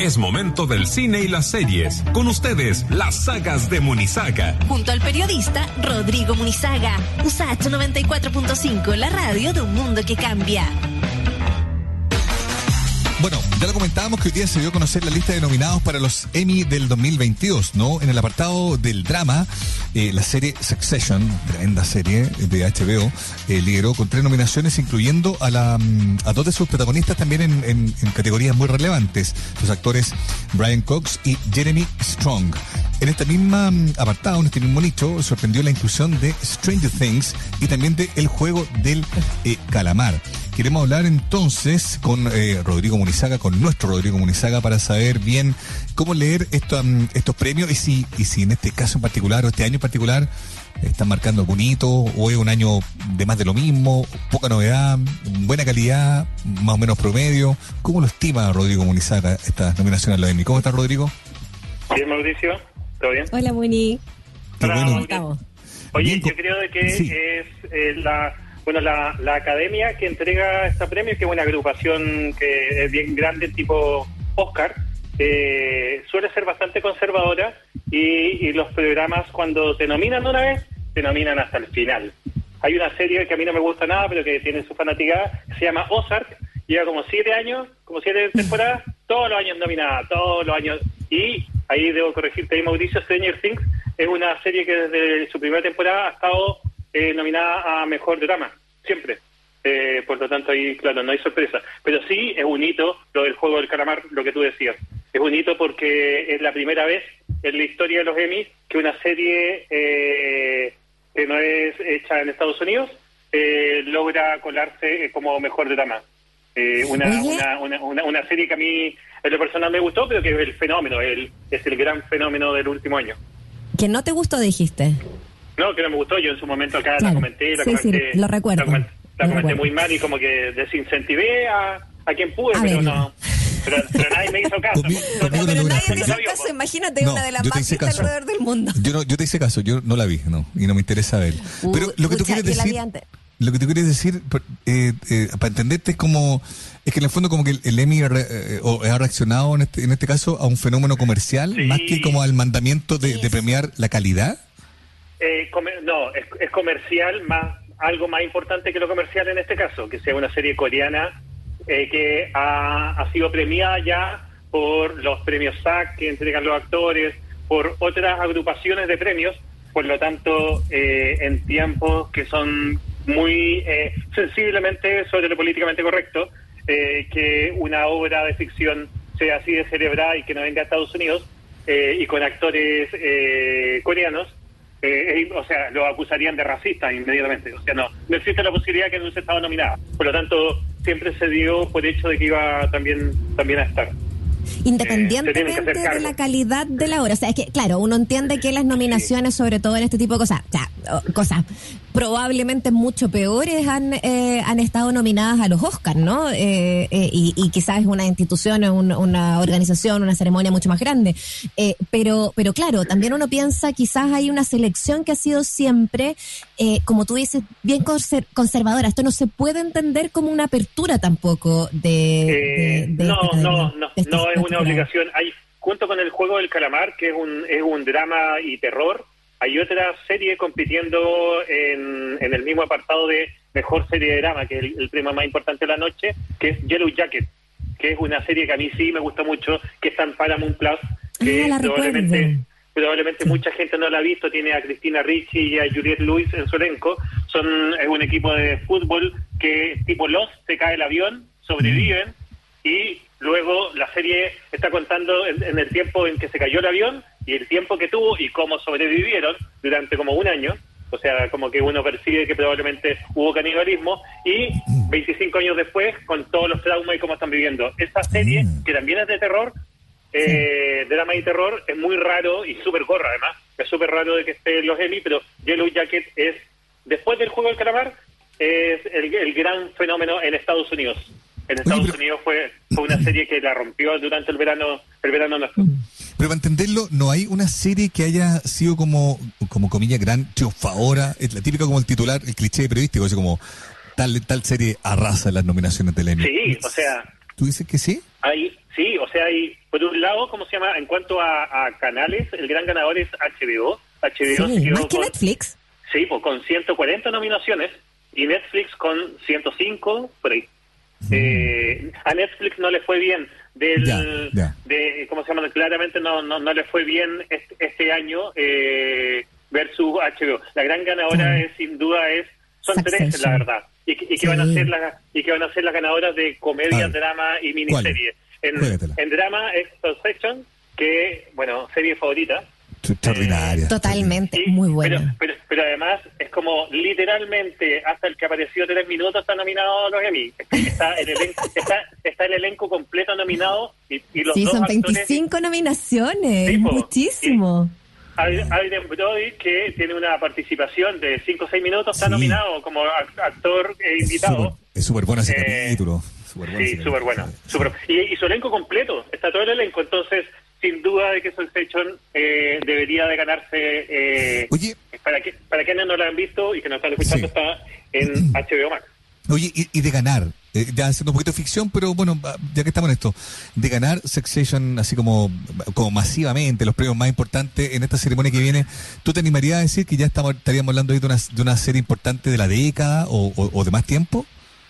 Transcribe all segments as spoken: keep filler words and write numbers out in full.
Es momento del cine y las series. Con ustedes, las sagas de Munizaga. Junto al periodista Rodrigo Munizaga. U S H noventa y cuatro punto cinco, la radio de un mundo que cambia. Bueno, ya lo comentábamos que hoy día se dio a conocer la lista de nominados para los Emmy del dos mil veintidós, ¿no? En el apartado del drama, eh, la serie Succession, tremenda serie de H B O, eh, lideró con tres nominaciones, incluyendo a la a dos de sus protagonistas también en, en, en categorías muy relevantes, los actores Brian Cox y Jeremy Strong. En este mismo apartado, en este mismo nicho, sorprendió la inclusión de Stranger Things y también de El Juego del eh, Calamar. Queremos hablar entonces con eh, Rodrigo Munizaga, con nuestro Rodrigo Munizaga, para saber bien cómo leer esto, um, estos premios y si, y si en este caso en particular o este año en particular están marcando algún hito o es un año de más de lo mismo, poca novedad, buena calidad, más o menos promedio. ¿Cómo lo estima Rodrigo Munizaga estas nominaciones a los Emmy? ¿Cómo está, Rodrigo? Bien, Mauricio. ¿Todo bien? Hola, Muni. Hola, bueno. estamos. Oye, Bien, yo creo de que sí. es eh, la bueno la, la academia que entrega este premio, que es una agrupación que es bien grande, tipo Oscar, eh, suele ser bastante conservadora y, y los programas cuando te nominan una vez, te nominan hasta el final. Hay una serie que a mí no me gusta nada, pero que tiene su fanaticada, que se llama Ozark, lleva como siete años, como siete temporadas, todos los años nominada, todos los años, y ahí debo corregirte ahí, Mauricio, Stranger Things es una serie que desde su primera temporada ha estado eh, nominada a Mejor Drama, siempre. Eh, por lo tanto, ahí, claro, no hay sorpresa. Pero sí es un hito lo del Juego del Calamar, lo que tú decías. Es un hito porque es la primera vez en la historia de los Emmy que una serie eh, que no es hecha en Estados Unidos eh, logra colarse eh, como Mejor Drama. Eh, una, una, una, una, una serie que a mí en lo personal me gustó, pero que es el fenómeno, el, es el gran fenómeno del último año. ¿Que no te gustó, dijiste? No, que no me gustó, yo en su momento acá Claro. la comenté, la Sí, comenté, sí, lo recuerdo. la comenté, la Lo comenté recuerdo. muy mal y como que desincentivé a, a quien pude, A pero ver. no, pero, pero nadie me hizo caso. Conmigo- No, conmigo no, no no, lograste. Nadie te hizo no, no, caso, imagínate No, una de las yo te más hice vistas caso. alrededor del mundo. Yo no, yo te hice caso, yo no la vi, no, y no me interesa ver. Uh, Pero lo que tú pucha, quieres yo la vi decir, antes. lo que tú quieres decir, eh, eh, para entenderte es como, es que en el fondo como que el, el Emmy re- eh, o ha reaccionado en este, en este caso a un fenómeno comercial, Sí. más que como al mandamiento de, Sí. de premiar la calidad. Eh, comer- no, es, es comercial, más algo más importante que lo comercial en este caso, que sea una serie coreana eh, que ha, ha sido premiada ya por los premios S A C que entregan los actores, por otras agrupaciones de premios, por lo tanto, eh, en tiempos que son muy eh, sensiblemente sobre lo políticamente correcto, eh, que una obra de ficción sea así de celebrada y que no venga a Estados Unidos eh, y con actores eh, coreanos, eh, eh, o sea, lo acusarían de racista inmediatamente. O sea, no, no existe la posibilidad que no hubiese estado nominada. Por lo tanto, siempre se dio por hecho de que iba también también a estar. Independientemente Eh, se tienen que hacer de cargo. la calidad de la obra. O sea, es que, claro, uno entiende que las nominaciones, sobre todo en este tipo de cosas, o sea, o- cosas probablemente mucho peores han eh, han estado nominadas a los Oscars, ¿no? Eh, eh, y, y quizás es una institución, es un- una organización, una ceremonia mucho más grande. Eh, pero, pero claro, también uno piensa, quizás hay una selección que ha sido siempre, eh, como tú dices, bien conser- conservadora. Esto no se puede entender como una apertura tampoco de... Eh, de- de no, esta academia, no, no, de esta- no de es esta una jurado. obligación. Hay, junto con el Juego del Calamar, que es un es un drama y terror, hay otra serie compitiendo en, en el mismo apartado de mejor serie de drama, que es el, el premio más importante de la noche, que es Yellow Jacket, que es una serie que a mí sí me gusta mucho, que está en Paramount Plus, que Ah, la probablemente recuerdo. probablemente Sí. mucha gente no la ha visto. Tiene a Cristina Ricci y a Juliette Lewis en su elenco. Son es un equipo de fútbol que tipo Lost, se cae el avión, sobreviven y luego la serie está contando en, en el tiempo en que se cayó el avión y el tiempo que tuvo y cómo sobrevivieron durante como un año. O sea, como que uno percibe que probablemente hubo canibalismo y veinticinco años después, con todos los traumas y cómo están viviendo. Esa serie, que también es de terror, eh, drama y terror, es muy raro y súper gorra además. Es súper raro de que esté en los Emmy, pero Yellow Jacket es, después del Juego del Calamar, es el, el gran fenómeno en Estados Unidos. En Estados pero- Unidos fue, fue una serie que la rompió durante el verano, el verano nuestro. Pero para entenderlo, no hay una serie que haya sido como, como comilla, gran triunfadora, es la típica como el titular, el cliché periodístico, así como tal tal serie arrasa las nominaciones del Emmy. Sí, o sea, ¿Tú dices que sí? hay Sí, o sea, hay, por un lado, ¿cómo se llama? En cuanto a, a canales, el gran ganador es H B O. H B O sí, se quedó más que con, Netflix. Sí, pues con ciento cuarenta nominaciones y Netflix con ciento cinco, por ahí. Mm. Eh, a Netflix no le fue bien. Del, ya, ya. de ¿Cómo se llama? Claramente no, no, no le fue bien este, este año eh, versus H B O. La gran ganadora mm. es, sin duda, es son Succession. Tres, la verdad. Y, y que sí. van a ser las y que van a ser las ganadoras de comedia, drama y miniserie. En, en drama es Succession, que, bueno, serie favorita. Extraordinaria. Eh, totalmente, sí, muy buena. Pero, pero, pero además es como literalmente hasta el que apareció tres minutos está nominado a los Emmy. Está el elenco, está, está el elenco completo nominado y, y los sí, dos son actores, veinticinco nominaciones, sí, muchísimo. Aidan Brody, que tiene una participación de cinco o seis minutos, está sí. nominado como actor eh, invitado. Es súper bueno ese eh, capítulo. Super bueno sí, súper bueno. Super, y, y su elenco completo, está todo el elenco, entonces sin duda de que Succession eh, debería de ganarse. Eh, Oye, para que para quienes no lo han visto y que nos están escuchando, sí. está en H B O Max. Oye, y, y de ganar, eh, ya haciendo un poquito de ficción, pero bueno, ya que estamos en esto, de ganar Succession así como, como masivamente, los premios más importantes en esta ceremonia que viene, ¿tú te animarías a decir que ya estamos estaríamos hablando ahí de una, de una serie importante de la década o, o, o de más tiempo?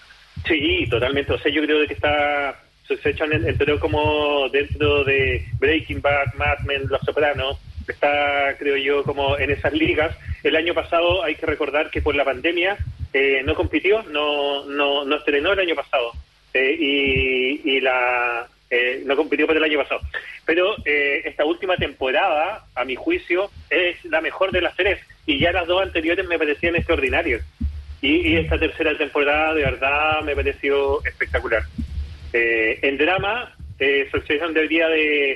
Sí, totalmente. O sea, yo creo que está Succession entró como dentro de Breaking Bad, Mad Men, Los Sopranos. Está, creo yo, como en esas ligas. El año pasado hay que recordar que por la pandemia eh, no compitió, no no no estrenó el año pasado eh, y, y la eh, no compitió por el año pasado. Pero eh, esta última temporada, a mi juicio, es la mejor de las tres. Y ya las dos anteriores me parecían extraordinarias. Y, y esta tercera temporada de verdad me pareció espectacular. Eh, en drama, eh, Succession debería de,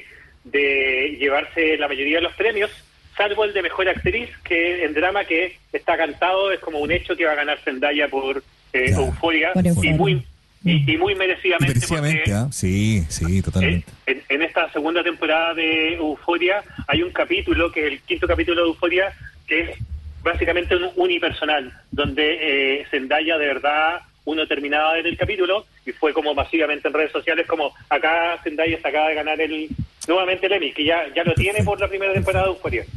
de llevarse la mayoría de los premios, salvo el de mejor actriz, que en drama que está cantado, es como un hecho que va a ganar Zendaya por eh, claro, Euphoria, y muy y, y muy merecidamente. Y merecidamente, porque, ¿eh? Sí, sí, totalmente. En, en esta segunda temporada de Euphoria hay un capítulo, que es el quinto capítulo de Euphoria, que es básicamente un unipersonal, donde eh, Zendaya de verdad, uno terminaba de ver el capítulo y fue como masivamente en redes sociales como acá Zendaya se acaba de ganar el nuevamente el Emmy, que ya ya lo tiene por la primera temporada de Euphoria.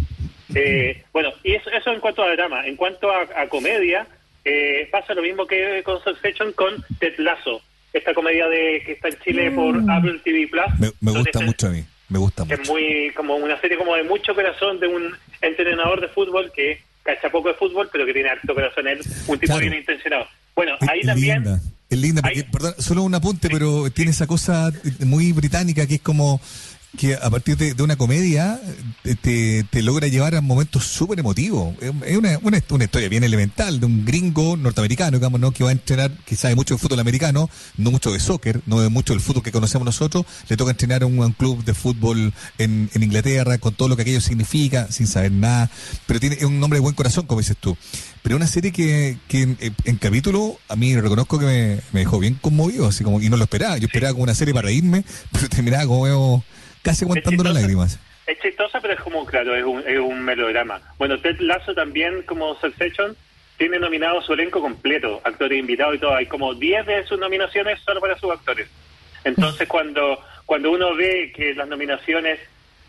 Eh, bueno, y eso, eso en cuanto a drama. En cuanto a, a comedia, eh, pasa lo mismo que con Succession con Ted Lasso, esta comedia de que está en Chile por mm. Apple T V Plus. Me, me gusta mucho a mí, me gusta mucho. Es muy como una serie como de mucho corazón de un entrenador de fútbol que cacha poco de fútbol, pero que tiene harto corazón, él, un tipo claro. bien intencionado. Bueno, ahí es también... Linda. Es linda, porque, ahí, perdón, solo un apunte, sí, pero tiene esa cosa muy británica que es como que a partir de, de una comedia te, te logra llevar a momentos súper emotivos. Es una, una, una historia bien elemental de un gringo norteamericano, digamos, ¿no? Que va a entrenar, que sabe mucho de fútbol americano, no mucho de soccer, no de mucho del fútbol que conocemos nosotros, le toca entrenar a un, un club de fútbol en, en Inglaterra, con todo lo que aquello significa, sin saber nada, pero tiene es un hombre de buen corazón, como dices tú. Pero una serie que, que en, en capítulo, a mí reconozco que me, me dejó bien conmovido, así como, y no lo esperaba, yo esperaba como una serie para reírme, pero terminaba como veo, casi aguantando las lágrimas. Es chistosa, pero es como, claro, es un, es un melodrama. Bueno, Ted Lasso también, como Succession, tiene nominado su elenco completo, actores invitados y todo. Hay como diez de sus nominaciones solo para sus actores. Entonces, cuando cuando uno ve que las nominaciones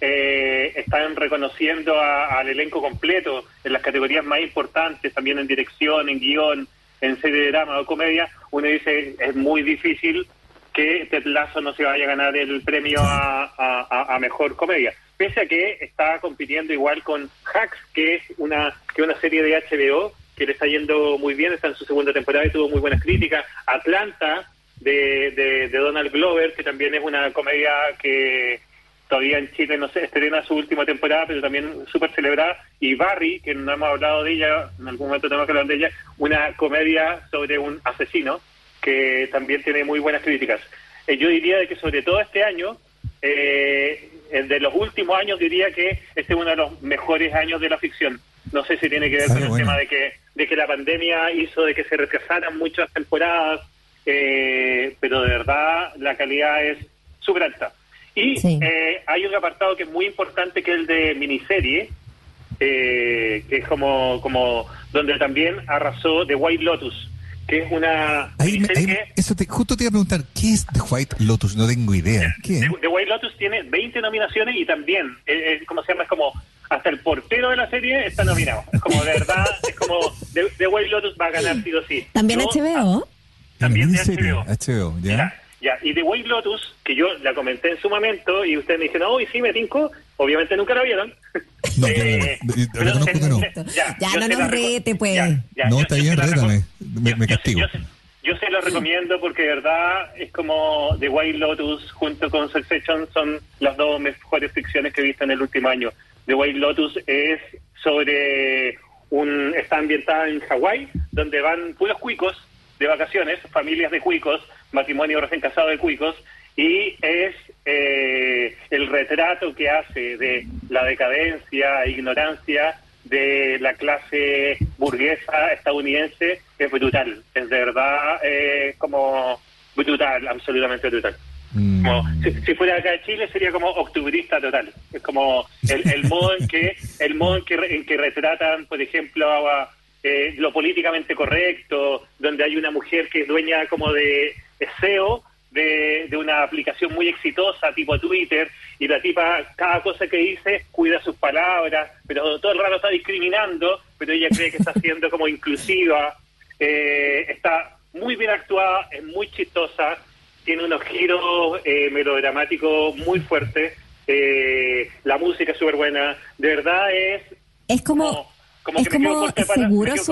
eh, están reconociendo a, al elenco completo en las categorías más importantes, también en dirección, en guión, en serie de drama o comedia, uno dice, es muy difícil que Ted Lasso no se vaya a ganar el premio a, a, a mejor comedia, pese a que está compitiendo igual con Hacks, que es una que es una serie de H B O que le está yendo muy bien, está en su segunda temporada y tuvo muy buenas críticas. Atlanta de, de, de Donald Glover, que también es una comedia que todavía en Chile no se estrena su última temporada, pero también súper celebrada. Y Barry, que no hemos hablado de ella, en algún momento tenemos que hablar de ella, una comedia sobre un asesino que también tiene muy buenas críticas. Eh, yo diría de que sobre todo este año, eh, de los últimos años, diría que este es uno de los mejores años de la ficción. No sé si tiene que ver ah, con el bueno. tema de que de que la pandemia hizo de que se retrasaran muchas temporadas, eh, pero de verdad la calidad es súper alta. Y sí. eh, hay un apartado que es muy importante, que es el de miniserie, eh, que es como, como donde también arrasó The White Lotus, que es una ahí me, ahí, que, eso te, justo te iba a preguntar, ¿qué es The White Lotus? No tengo idea. ¿Qué The, es? The White Lotus tiene veinte nominaciones y también, eh, eh, ¿cómo se llama? Es como, hasta el portero de la serie está nominado. Es como, de verdad, es como, The, The White Lotus va a ganar sí o sí. ¿También yo, H B O? También de H B O. H B O. H B O, ya. Ya, ya. Y The White Lotus, que yo la comenté en su momento y ustedes me dijeron, oh, y sí, me tinco, obviamente nunca la vieron. No, eh, no, no, no, reconozco que no. Ya, ya yo no se nos la rete, pues. ya, ya, No, yo- está yo bien, se la rétame. recom- Me, yo- me yo- castigo. Yo, se- yo se lo recomiendo porque de verdad es como The White Lotus junto con Succession son las dos mejores ficciones que he visto en el último año. The White Lotus es sobre un... está ambientada en Hawái, donde van puros cuicos de vacaciones, familias de cuicos, matrimonio recién casado de cuicos, y es eh, el retrato que hace de la decadencia e ignorancia de la clase burguesa estadounidense. Es brutal, es de verdad eh, como brutal, absolutamente brutal. Mm. Como, si, si fuera acá de Chile sería como octubrista total. Es como el, el modo en que el modo en que, en que retratan, por ejemplo, a, eh, lo políticamente correcto, donde hay una mujer que es dueña como de S E O de, de una aplicación muy exitosa tipo Twitter, y la tipa cada cosa que dice cuida sus palabras, pero todo el rato está discriminando, pero ella cree que está siendo como inclusiva. Eh, está muy bien actuada, es muy chistosa, tiene unos giros eh, melodramáticos muy fuertes, eh, la música es súper buena, de verdad es... Es como... como Como es que me quedo como corta de pala- seguro me quedo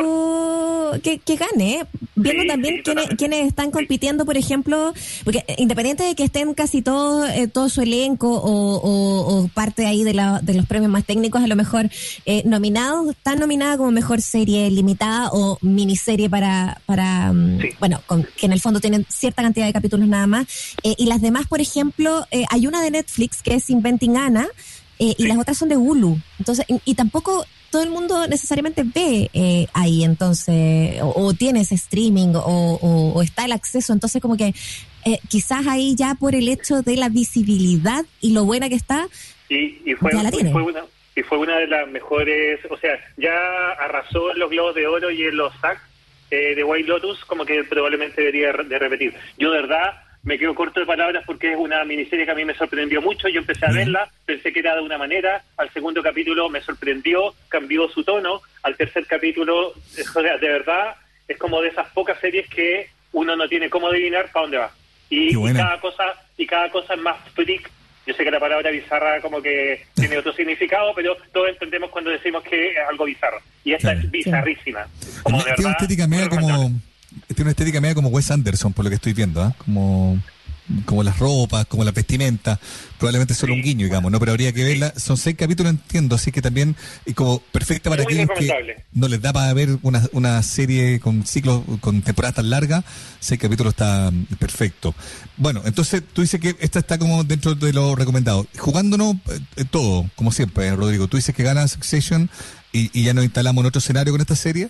su que, que gane, viendo Sí, también sí, quienes, totalmente. quienes están compitiendo, por ejemplo, porque eh, independiente de que estén casi todo eh, todo su elenco o, o, o parte ahí de, la, de los premios más técnicos, a lo mejor eh, nominados, están nominadas como mejor serie limitada o miniserie para, para mm, Sí. bueno, con, que en el fondo tienen cierta cantidad de capítulos nada más, eh, y las demás, por ejemplo, eh, hay una de Netflix que es Inventing Anna, eh, y las otras son de Hulu, entonces, y, y tampoco todo el mundo necesariamente ve eh, ahí, entonces, o, o tiene ese streaming, o, o, o está el acceso, entonces como que eh, quizás ahí ya por el hecho de la visibilidad y lo buena que está, Y, y fue, Ya la tiene. fue una y fue una de las mejores, o sea, ya arrasó en los Globos de Oro y en los S A G eh, de White Lotus, como que probablemente debería re- de repetir. Yo de verdad me quedo corto de palabras porque es una miniserie que a mí me sorprendió mucho. Yo empecé a verla, pensé que era de una manera, al segundo capítulo me sorprendió, cambió su tono, al tercer capítulo, es- o sea, de verdad es como de esas pocas series que uno no tiene cómo adivinar para dónde va. Y, Qué y buena. cada cosa y cada cosa es más freak. Yo sé que la palabra bizarra como que tiene otro significado, pero todos entendemos cuando decimos que es algo bizarro. Y esta Claro. es bizarrísima. Como de Tiene una verdad, estética media muy como recomendable. tiene una estética media como Wes Anderson, por lo que estoy viendo, ¿ah? Como como las ropas, como la vestimenta, probablemente solo Sí. un guiño, digamos, ¿no? Pero habría que verla. Son seis capítulos, entiendo, así que también y como perfecta para Muy aquellos que recomendable. no les da para ver una, una serie con ciclos, con temporadas tan largas. Seis capítulos está mm, perfecto. Bueno, entonces tú dices que esta está como dentro de lo recomendado. Jugándonos eh, todo, como siempre, eh, Rodrigo. Tú dices que gana Succession y, y ya nos instalamos en otro escenario con esta serie.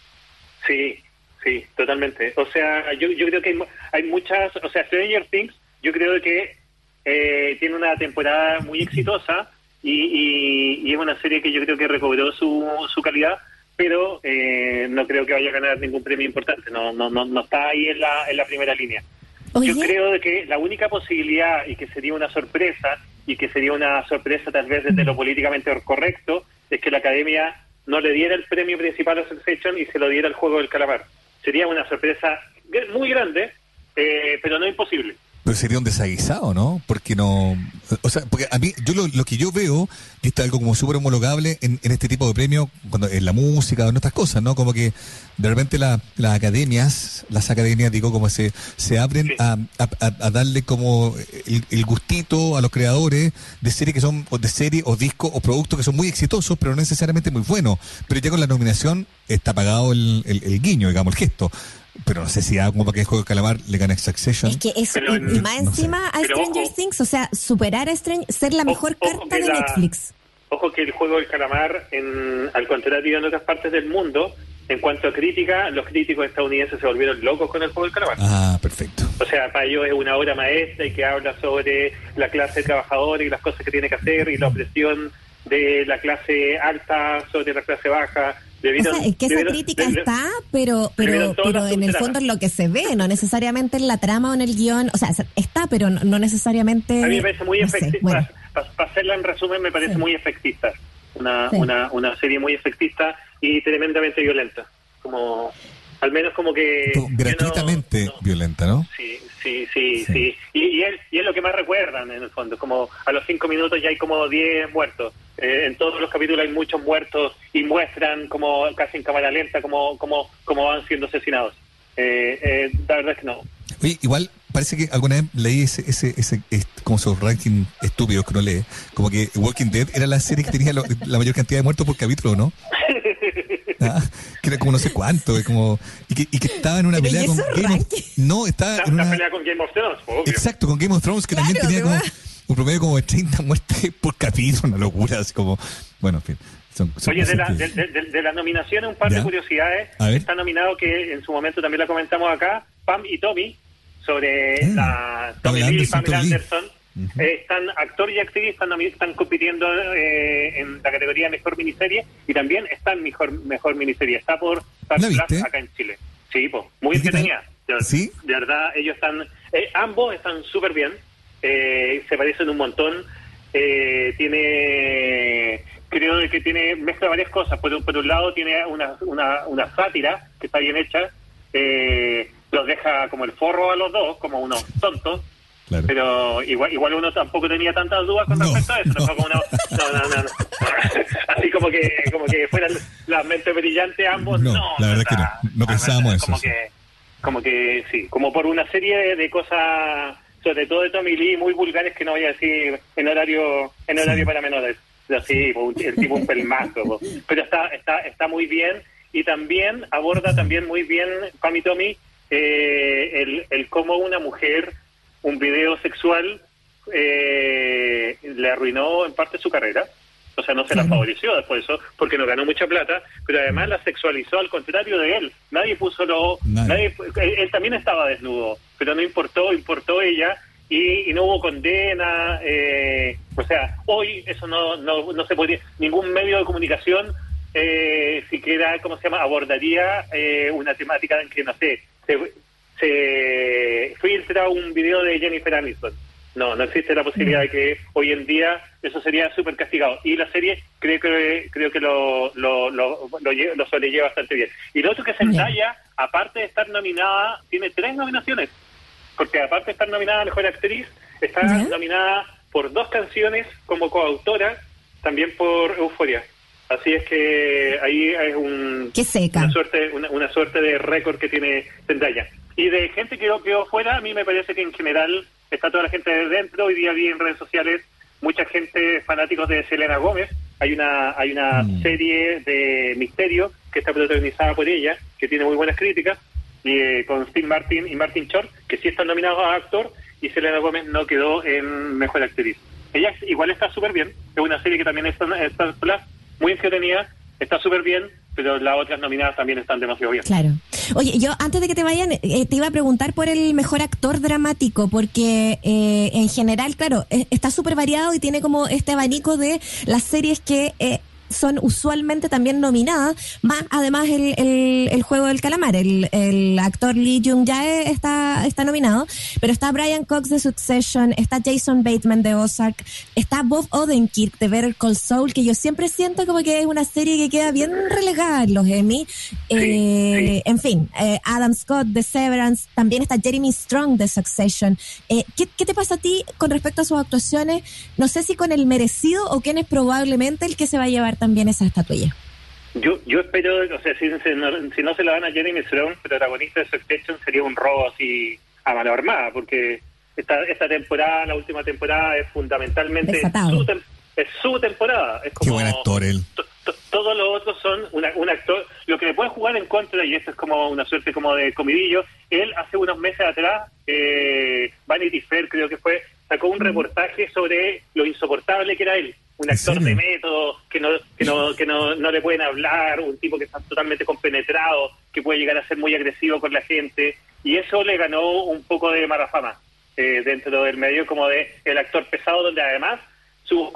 Sí, sí, totalmente. O sea, yo, yo creo que hay, mu- hay muchas, o sea, Stranger Things, yo creo que eh, tiene una temporada muy exitosa y, y, y es una serie que yo creo que recobró su, su calidad, pero eh, no creo que vaya a ganar ningún premio importante. No, no, no, no está ahí en la, en la primera línea. Oye. Yo creo de que la única posibilidad y que sería una sorpresa y que sería una sorpresa tal vez desde lo políticamente correcto es que la Academia no le diera el premio principal a Succession y se lo diera al Juego del Calamar. Sería una sorpresa gr- muy grande, eh, pero no imposible. Pero sería un desaguisado, ¿no? Porque no... O sea, porque a mí, yo lo, lo que yo veo, y esto es algo como súper homologable en, en este tipo de premios, cuando en la música o en otras cosas, ¿no? Como que de repente la, las academias, las academias, digo, como se, se abren Sí. a, a, a darle como el, el gustito a los creadores de series que son, o de series o discos o productos que son muy exitosos, pero no necesariamente muy buenos. Pero ya con la nominación está pagado el, el, el guiño, digamos, el gesto. Pero no sé si da como para que el Juego de Calamar le gane Succession. es que eso, Pero, y, y más no sé. encima a Pero Stranger ojo. Things, o sea, superar a Stranger, ser la mejor Ojo- ojo carta que de la- Netflix. Ojo que el Juego del Calamar, en, al contrario en otras partes del mundo, en cuanto a crítica, los críticos estadounidenses se volvieron locos con el Juego del Calamar. Ah, perfecto. O sea, para ellos es una obra maestra y que habla sobre la clase trabajadora y las cosas que tiene que hacer y la opresión de la clase alta sobre la clase baja Debieron, o sea, es que esa debieron, crítica debieron, está, pero pero pero en el fondo es lo que se ve, no necesariamente en la trama o en el guión. O sea, está, pero no, no necesariamente... A mí me parece muy no efectista. sé, bueno. Para pa hacerla en resumen, me parece Sí. muy efectista. Una, Sí. una, una serie muy efectista y tremendamente violenta. Como, al menos como que... Como gratuitamente no, no, violenta, ¿no? Sí, sí, sí, Sí. sí. Y, y, es, y es lo que más recuerdan, en el fondo. Como a los cinco minutos ya hay como diez muertos. Eh, en todos los capítulos hay muchos muertos y muestran como casi en cámara lenta como, como, como van siendo asesinados. Eh, eh, la verdad es que no. Oye, igual parece que alguna vez leí ese, ese, ese, ese como esos rankings estúpidos que uno lee, como que Walking Dead era la serie que tenía lo, la mayor cantidad de muertos por capítulo, ¿no? Ah, que era como no sé cuánto, como y que, y que estaba en una Pero pelea ¿y con esos Game of, rankings? no, estaba La, en la una pelea con Game of Thrones, obvio. exacto, con Game of Thrones que Claro, también tenía te como va. un promedio como de treinta muertes por capítulo, una locura, así como, bueno, en fin. Son, son Oye, de, cosas la, que- de, de, de las nominaciones, un par ¿Ya? de curiosidades. A ver. Está nominado, que en su momento también la comentamos acá, Pam y Tommy, sobre Ah, la Tommy Pamela Lee y Anderson, Pamela Tommy Lee. Anderson. Ujú. Eh, están actor y actriz, están, nomi- están compitiendo eh, en la categoría de mejor miniserie y también están mejor mejor miniserie. Está por Star ¿La Plus viste? acá en Chile. Sí, pues, muy ¿Y qué tal? entretenida. De, ¿Sí? de verdad, ellos están, eh, ambos están súper bien. Eh, se parecen un montón. Eh, tiene, creo que tiene, mezcla varias cosas. Por, un- por un lado tiene una, una, una sátira que está bien hecha. Eh, los deja como el forro a los dos, como unos tontos. Claro. Pero igual igual uno tampoco tenía tantas dudas con No, respecto a eso. no. Fue como una- no, no, no, no. Así como que como que fueran las mentes brillantes ambos. No, No, la verdad o sea, que no. No pensábamos eso, Como sí. que, como que sí, como por una serie de, de cosas, sobre todo de Tommy Lee, muy vulgares que no voy a decir en horario en horario Sí. para menores. Así, el tipo un pelmazo. po. Pero está está está muy bien y también aborda también muy bien Pam y Tommy eh, el, el cómo una mujer, un video sexual eh, le arruinó en parte su carrera. O sea, no se la favoreció después de eso, porque no ganó mucha plata, pero además la sexualizó al contrario de él. Nadie puso lo... Nadie. nadie él, él también estaba desnudo, pero no importó, importó ella, y, y no hubo condena. Eh, o sea, hoy eso no, no, no se podría... Ningún medio de comunicación eh, siquiera, ¿cómo se llama?, abordaría eh, una temática en que, no sé, se, se filtra un video de Jennifer Aniston. No, no existe la posibilidad de que hoy en día eso sería súper castigado. Y la serie creo que creo que lo lo, lo, lo, lle- lo sobrelleva bastante bien. Y lo otro que Zendaya, aparte de estar nominada, tiene tres nominaciones. Porque aparte de estar nominada a Mejor Actriz, está ¿Ya? nominada por dos canciones como coautora, también por Euforia. Así es que ahí es un... Qué seca. Una suerte, una, una suerte de récord que tiene Zendaya. Y de gente que quedó fuera, a mí me parece que en general está toda la gente de dentro. Hoy día vi en redes sociales mucha gente fanáticos de Selena Gómez. Hay una hay una Mm. serie de misterio que está protagonizada por ella, que tiene muy buenas críticas, y eh, con Steve Martin y Martin Short, que sí están nominados a actor, y Selena Gómez no quedó en Mejor Actriz. Ella igual está súper bien. Es una serie que también está en Star Plus, muy entretenida, está súper bien, pero las otras nominadas también están demasiado bien. Claro. Oye, yo antes de que te vayan, eh, te iba a preguntar por el mejor actor dramático, porque eh, en general, claro, eh, está súper variado y tiene como este abanico de las series que eh, son usualmente también nominadas, más además el, el, el juego del calamar. El, el actor Lee Jung-jae está, está nominado, pero está Brian Cox de Succession, está Jason Bateman de Ozark, está Bob Odenkirk de Better Call Saul, que yo siempre siento como que es una serie que queda bien relegada en los Emmy. Eh, sí. En fin, eh, Adam Scott de Severance, también está Jeremy Strong de Succession. Eh, ¿qué, ¿Qué te pasa a ti con respecto a sus actuaciones? No sé si con el merecido o quién es probablemente el que se va a llevar también esa estatuilla. Yo yo espero, o sea, si, si, no, si no se la dan a Jeremy Strong, protagonista de Succession, sería un robo así a mano armada, porque esta esta temporada, la última temporada, es fundamentalmente Desatado. su, tem- es su temporada. Es como, Qué buen actor él. to- to- todos los otros son una, un actor. Lo que le puede jugar en contra, y esto es como una suerte como de comidillo, él hace unos meses atrás, eh, Vanity Fair creo que fue, sacó un reportaje sobre lo insoportable que era él. Un ¿En actor de serio? método, que no que no que no, no le pueden hablar, un tipo que está totalmente compenetrado, que puede llegar a ser muy agresivo con la gente, y eso le ganó un poco de mala fama eh, dentro del medio, como de el actor pesado, donde además sus com-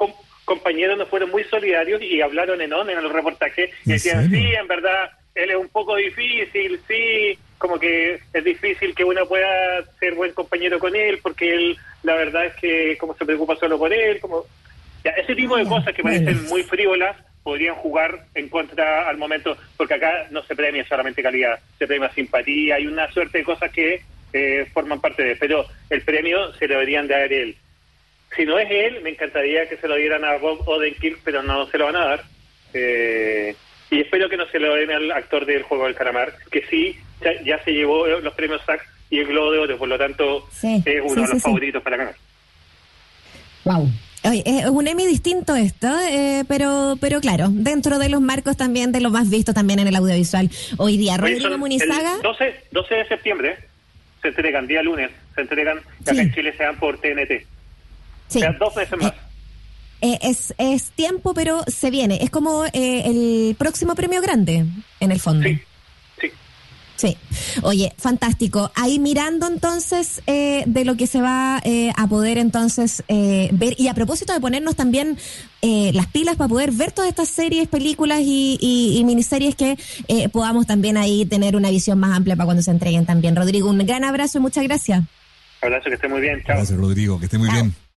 compañeros no fueron muy solidarios y hablaron en on en el reportaje y decían, sí, en verdad, él es un poco difícil, sí, como que es difícil que uno pueda ser buen compañero con él, porque él, la verdad es que como se preocupa solo por él, como ya, ese tipo de cosas que parecen muy frívolas podrían jugar en contra al momento, porque acá no se premia solamente calidad, se premia simpatía, hay una suerte de cosas que eh, forman parte de, pero el premio se lo deberían dar a él. Si no es él, me encantaría que se lo dieran a Rob Odenkirk, pero no se lo van a dar. Eh, y espero que no se lo den al actor del Juego del Calamar, que sí, ya, ya se llevó los premios S A C y el Globo de Oro, por lo tanto sí, es uno sí, de los sí, favoritos sí. para ganar. Wow. Oye, es un Emmy distinto esto, eh, pero pero claro, dentro de los marcos también de lo más visto también en el audiovisual hoy día. Rodrigo Oye, Munizaga. El doce, doce de septiembre se entregan, día lunes, se entregan, Sí. acá en Chile se dan por T N T. Sí. O sea, dos meses más. Eh, es, es tiempo, pero se viene. Es como eh, el próximo premio grande, en el fondo. Sí, sí. Sí. Oye, fantástico. Ahí mirando entonces eh, de lo que se va eh, a poder entonces eh, ver. Y a propósito de ponernos también eh, las pilas para poder ver todas estas series, películas y, y, y miniseries que eh, podamos también ahí tener una visión más amplia para cuando se entreguen también. Rodrigo, un gran abrazo y muchas gracias. Abrazo, que esté muy bien. Chao. Gracias, Rodrigo, que esté muy Chao. bien.